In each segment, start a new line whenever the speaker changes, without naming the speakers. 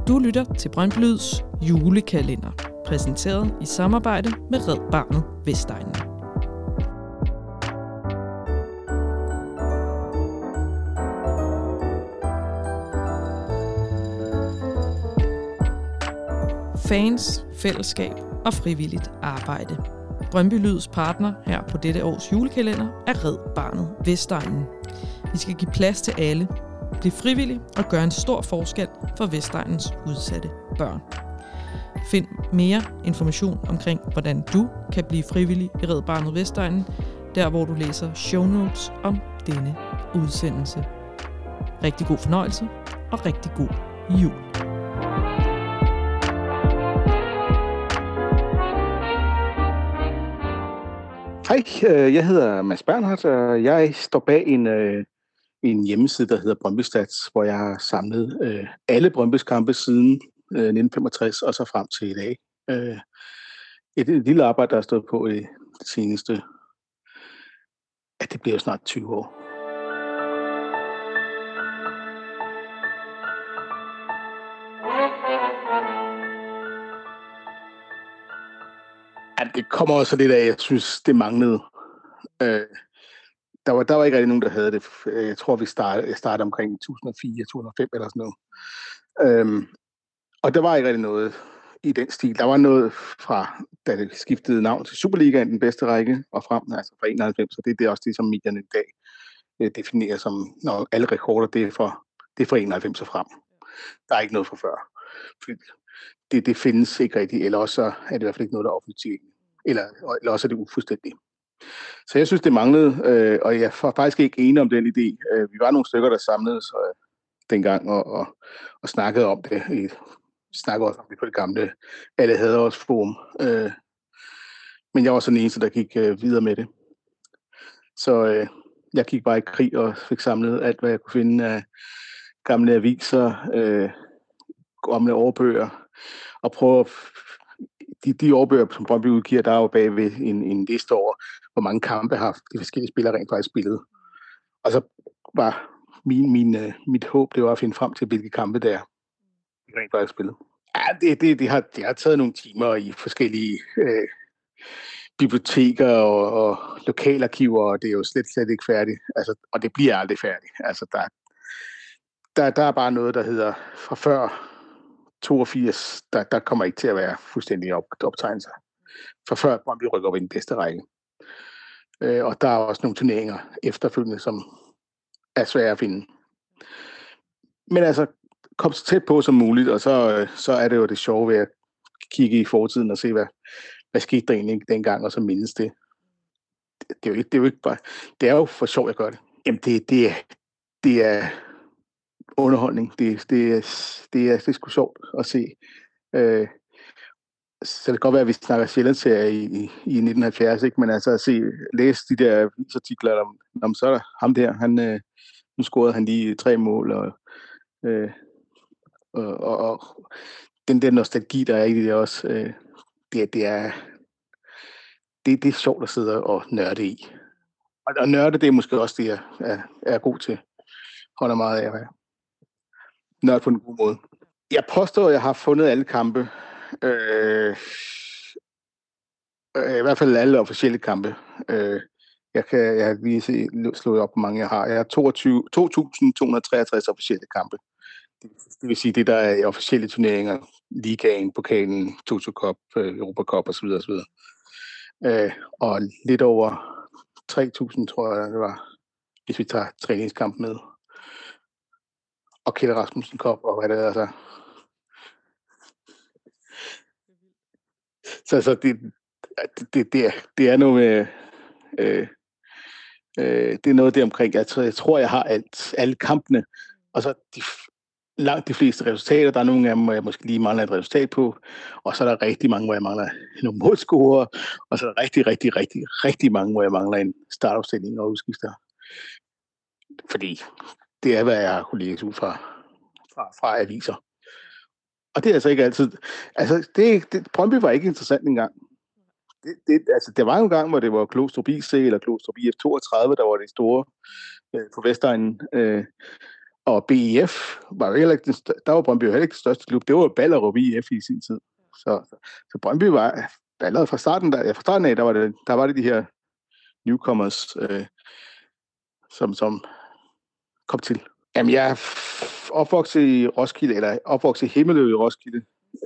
Du lytter til Brøndby Lyds julekalender, præsenteret i samarbejde med Red Barnet Vestegnen. Fans, fællesskab og frivilligt arbejde. Brøndby Lyds partner her på dette års julekalender er Red Barnet Vestegnen. Vi skal give plads til alle, blive frivillig og gøre en stor forskel for Vestegnens udsatte børn. Find mere information omkring, hvordan du kan blive frivillig i Red Barnet Vestegnen, der hvor du læser show notes om denne udsendelse. Rigtig god fornøjelse og rigtig god jul.
Hej, jeg hedder Mads Bernhardt, og jeg står bag en hjemmeside, der hedder Brøndby Stats, hvor jeg har samlet alle Brøndbys kampe siden 1965 og så frem til i dag. Et lille arbejde, der har stået på i det seneste, at det bliver snart 20 år. Ja, det kommer også lidt af, jeg synes, det manglede. Der var ikke rigtig nogen, der havde det. Jeg tror, jeg startede omkring 2004, 2005 eller sådan noget. Og der var ikke rigtig noget i den stil. Der var noget fra, da det skiftede navn til Superligaen, den bedste række, og frem, altså fra 91, så det er også det, som medierne i dag definerer som, når alle rekorder, det er fra 91 og frem. Der er ikke noget fra før. Det findes ikke rigtigt, eller også er det i hvert fald ikke noget, der er offentligt, eller også er det ufuldstændigt. Så jeg synes, det manglede, og jeg var faktisk ikke enig om den idé. Vi var nogle stykker, der samledes dengang og snakkede om det. Vi snakkede også om det på det gamle Alle Hader Os forum. Men jeg var så den eneste, der gik videre med det. Så jeg gik bare i krig og fik samlet alt, hvad jeg kunne finde af gamle aviser, gamle årbøger, og prøve de årbøger, som Brøndby udgiver, der er jo bagved en liste over, hvor mange kampe har de forskellige spillere rent faktisk spillet. Og så var mit håb, det var at finde frem til, hvilke kampe der de rent faktisk spillet. Ja, det har taget nogle timer i forskellige biblioteker og lokalarkiver, og det er jo slet ikke færdigt. Altså, og det bliver aldrig færdigt. Altså, der er bare noget, der hedder fra før 82, der kommer ikke til at være fuldstændig optegnelser. For før Brøndby rykker op i den bedste række. Og der er også nogle turneringer efterfølgende, som er svære at finde. Men altså, kom så tæt på som muligt, og så er det jo det sjove ved at kigge i fortiden og se, hvad skete der egentlig dengang, og så mindes det. Det er jo ikke bare... Det er jo for sjov, jeg gør det. Jamen, det er underholdning. Det er sgu sjovt at se. Så det kan godt være, at vi snakker Sjællandsserie i 1970, ikke? Men altså at læse de der artikler om så er der ham der, nu scorede han lige 3 mål, og den der nostalgi, der er i det også, det er sjovt at sidde og nørde i. Og nørde, det er måske også det, jeg er god til. Holder meget af at være nørd på en god måde. Jeg påstår, at jeg har fundet alle kampe. I hvert fald alle officielle kampe. Jeg har lige slået op, hvor mange jeg har. Jeg har 2.263 officielle kampe. Det vil sige, det der er officielle turneringer, Ligaen, Pokalen, Toto Cup, Europa Cup osv. Og lidt over 3.000, tror jeg, det var, hvis vi tager træningskamp med. Og Kjeld Rasmussen Cup, og hvad det er, altså. Så det er noget med... det er noget der omkring. Jeg tror, jeg har alle kampene, og så langt de fleste resultater. Der er nogle af dem, hvor jeg måske lige mangler et resultat på, og så er der rigtig mange, hvor jeg mangler nogle målscorer, og så er der rigtig mange, hvor jeg mangler en startopstilling og udskifter. Fordi det er, hvad jeg har kunnet læse ud fra aviser. Og det er altså ikke altid... Altså, Brøndby var ikke interessant engang. Der var jo en gang, hvor det var Glostrup IC eller Glostrup IF 32, der var det store på Vestegnen. Og BIF var jo heller ikke der var Brøndby heller ikke den største klub. Det var Ballerup IF i sin tid. Så Brøndby var allerede fra starten af, der var det de her newcomers, som kom til. Jamen, jeg er opvokset i Roskilde, eller opvokset i Himmeløv i Roskilde.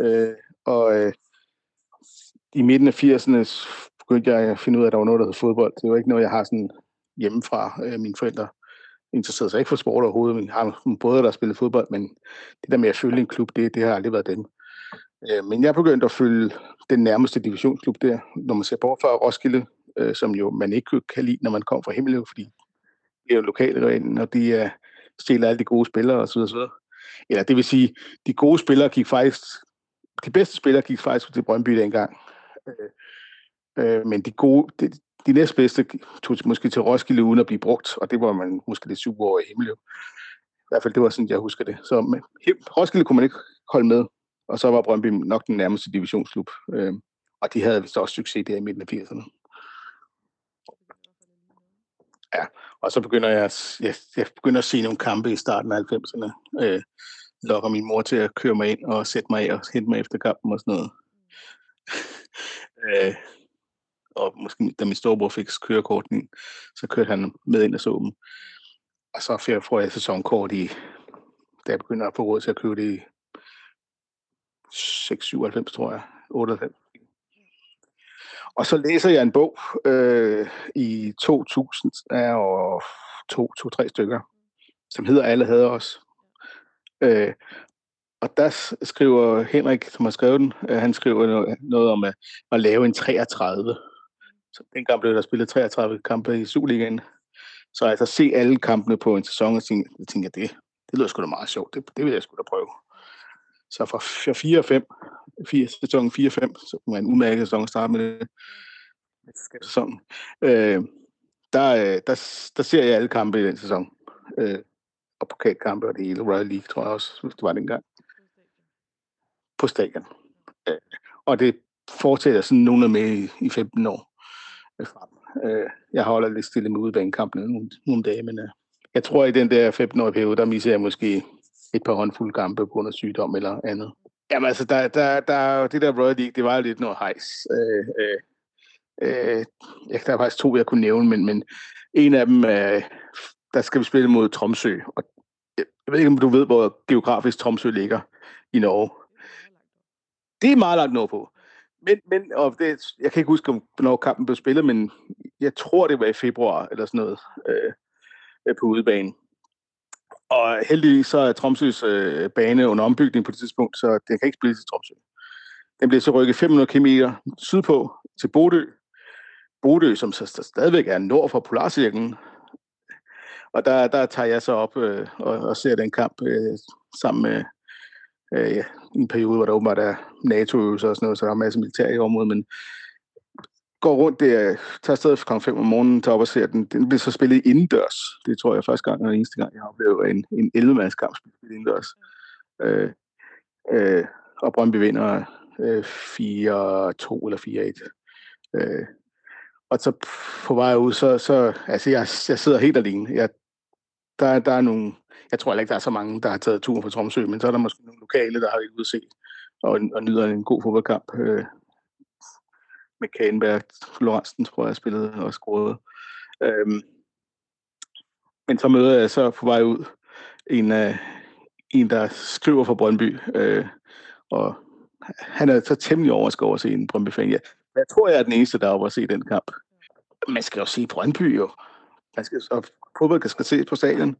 I midten af 80'erne begyndte jeg at finde ud af, at der var noget, der hed fodbold. Det var ikke noget, jeg har sådan hjemmefra. Mine forældre interesserede sig ikke for sport overhovedet, men jeg har nogle brødre, der spillede fodbold, men det der med at følge en klub, det har aldrig været dem. Men jeg begyndte at følge den nærmeste divisionsklub der, når man ser bort fra Roskilde, som jo man ikke kan lide, når man kommer fra Himmeløv, fordi det er jo lokale regler, og de stjæler alle de gode spillere osv. Eller det vil sige, de gode spillere de bedste spillere gik faktisk til Brøndby dengang. Men de næstbedste tog måske til Roskilde uden at blive brugt, og det var man måske lidt super over i Himmeløv. I hvert fald, det var sådan, jeg husker det. Så Roskilde kunne man ikke holde med, og så var Brøndby nok den nærmeste divisionsklub. Og de havde vist også succes der i midten af 80'erne. Ja, og så begynder jeg begynder at se nogle kampe i starten af 90'erne. Lokker min mor til at køre mig ind og sætte mig af og hente mig efter kampen og sådan noget. Og måske da min storebror fik kørekorten, så kørte han med ind og så dem. Og så får jeg sæsonkort da jeg begynder at få råd til at købe det i 96, tror jeg. 98. Og så læser jeg en bog i 2000 og 2-3 stykker, som hedder Alle hader os. Og der skriver Henrik, som har skrevet den, han skriver noget om at lave en 33. Så dengang blev der spillet 33 kampe i Superligaen. Så altså se alle kampene på en sæson og tænke, det lyder sgu da meget sjovt. Det vil jeg sgu da prøve. Så fra 4-5, sæsonen 4-5, så var en udmærket sæson at starte med det. Sæson. Der ser jeg alle kampe i den sæson. Og pokalkampe og det hele. Royal League, tror jeg også, det var dengang. På stadion. Og det fortsætter sådan nogen med i 15 år frem. Jeg holder lidt stille med udebanekampene nogle dage, men jeg tror, i den der 15-årige periode, der misser jeg måske et par håndfulde kampe på grund af sygdom eller andet. Jamen altså, det der Royal League, det var lidt noget hejs. Der er faktisk 2, jeg kunne nævne, men en af dem, der skal vi spille mod Tromsø. Og jeg ved ikke, om du ved, hvor geografisk Tromsø ligger i Norge. Det er meget langt nordpå. Men jeg kan ikke huske, hvornår kampen blev spillet, men jeg tror, det var i februar eller sådan noget på udebanen. Og heldigvis så er Tromsøs bane under ombygning på det tidspunkt, så den kan ikke spille til Tromsø. Den bliver så rykket 500 km sydpå til Bodø. Bodø, som så stadigvæk er nord for Polarcirklen. Og der tager jeg så op og ser den kamp sammen med i en periode, hvor der åbenbart er NATO-øvelser og sådan noget, så der er masser af militær i området, men går rundt der, tager afsted kl. 5 om morgenen, tager op og ser den. Den bliver så spillet indendørs. Det tror jeg første gang, og den eneste gang, jeg har oplevet en 11-mandskamp spillet indendørs. Og Brøndby vinder 4-2 eller 4-1. Og så på vej ud, så altså jeg sidder helt alene. Der er nogle, jeg tror ikke, der er så mange, der har taget turen fra Tromsø, men så er der måske nogle lokale, der har været ude at se og nyder en god fodboldkamp. Med Kagenberg, Lorentzen, tror jeg, spillede og scorede. Men så møder jeg så på vej ud en der skriver for Brøndby, og han er så temmelig overrasket over at se en Brøndby-fan. Jeg tror, jeg er den eneste, der er over at se den kamp. Man skal jo se Brøndby, jo. Fodbold skal ses på stadion.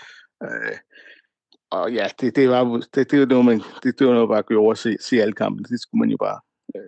Og ja, det var noget, det var noget bare at gå over og se alle kampene. Det skulle man jo bare.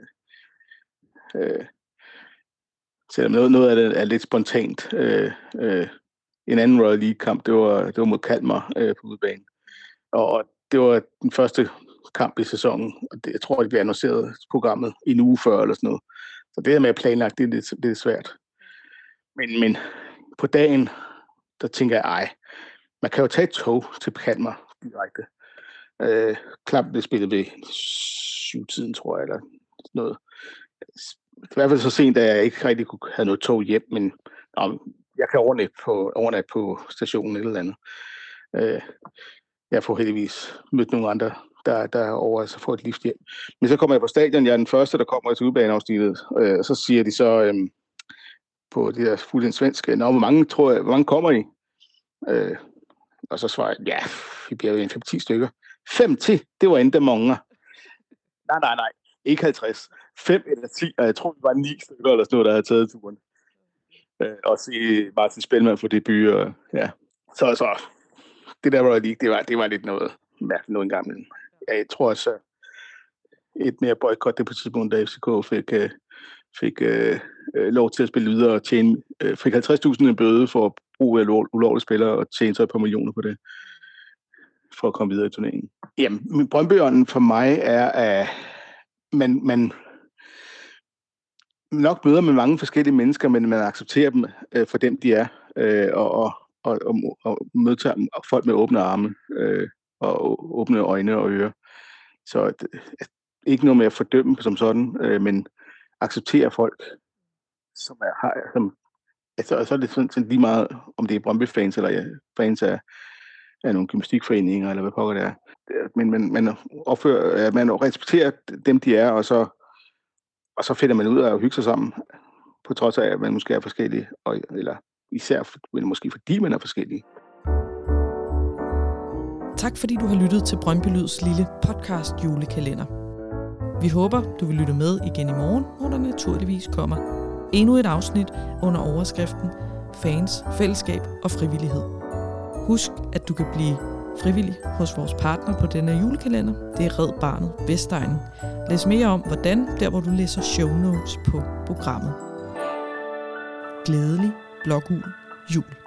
Selvom noget af det er lidt spontant. En anden Royal League-kamp, det var mod Kalmar på udebane. Og det var den første kamp i sæsonen. Og jeg tror, det blev annonceret programmet en uge før eller sådan noget. Så det der med at planlægge, det er svært. Men på dagen, der tænker jeg, man kan jo tage et tog til Kalmar direkte. Kampen blev spillet ved 7-tiden, tror jeg, eller noget. I hvert fald så sent, at jeg ikke rigtig kunne have noget tog hjem, men jeg kan overnatte på stationen eller andet. Jeg får heldigvis mødt nogle andre, der over altså får et livshjem. Men så kommer jeg på stadion. Jeg er den første, der kommer til udebaneafsnittet. Så siger de så på det der fuldt svenske, hvor mange kommer I? Og så svarer jeg, ja, vi bliver jo 5-10 stykker. 50, det var endda mange. Nej, ikke 50. 5 eller 10, og jeg tror, det var 9 stykker eller sådan noget, der havde taget turen. Og se Martin Spellmann få debut, og ja. Så det der var lige, det var lidt noget mærkeligt noget engang. Men jeg tror også, et mere boykot det på tidspunkt, da FCK fik lov til at spille videre og fik 50.000 en bøde for at bruge ulovlige spillere og tjene så et par millioner på det, for at komme videre i turneringen. Jamen, Brøndbyånden for mig er, at man nok møder med mange forskellige mennesker, men man accepterer dem for dem, de er, og møder folk med åbne arme og åbne øjne og ører. Så ikke noget med at fordømme som sådan, men acceptere folk, som så er det sådan lige meget, om det er Brøndby-fans eller fans af nogle gymnastikforeninger, eller hvad pokker det er. Men man respekterer dem, de er, og så finder man ud af at hygge sig sammen, på trods af, at man måske er forskellige, eller især måske fordi man er forskellige.
Tak fordi du har lyttet til Brøndby Lyds lille podcast julekalender. Vi håber, du vil lytte med igen i morgen, hvor der naturligvis kommer endnu et afsnit under overskriften Fans, Fællesskab og Frivillighed. Husk, at du kan blive frivillig hos vores partner på denne julekalender. Det er Red Barnet Vestegnen. Læs mere om, hvordan, der hvor du læser show notes på programmet. Glædelig blågul jul.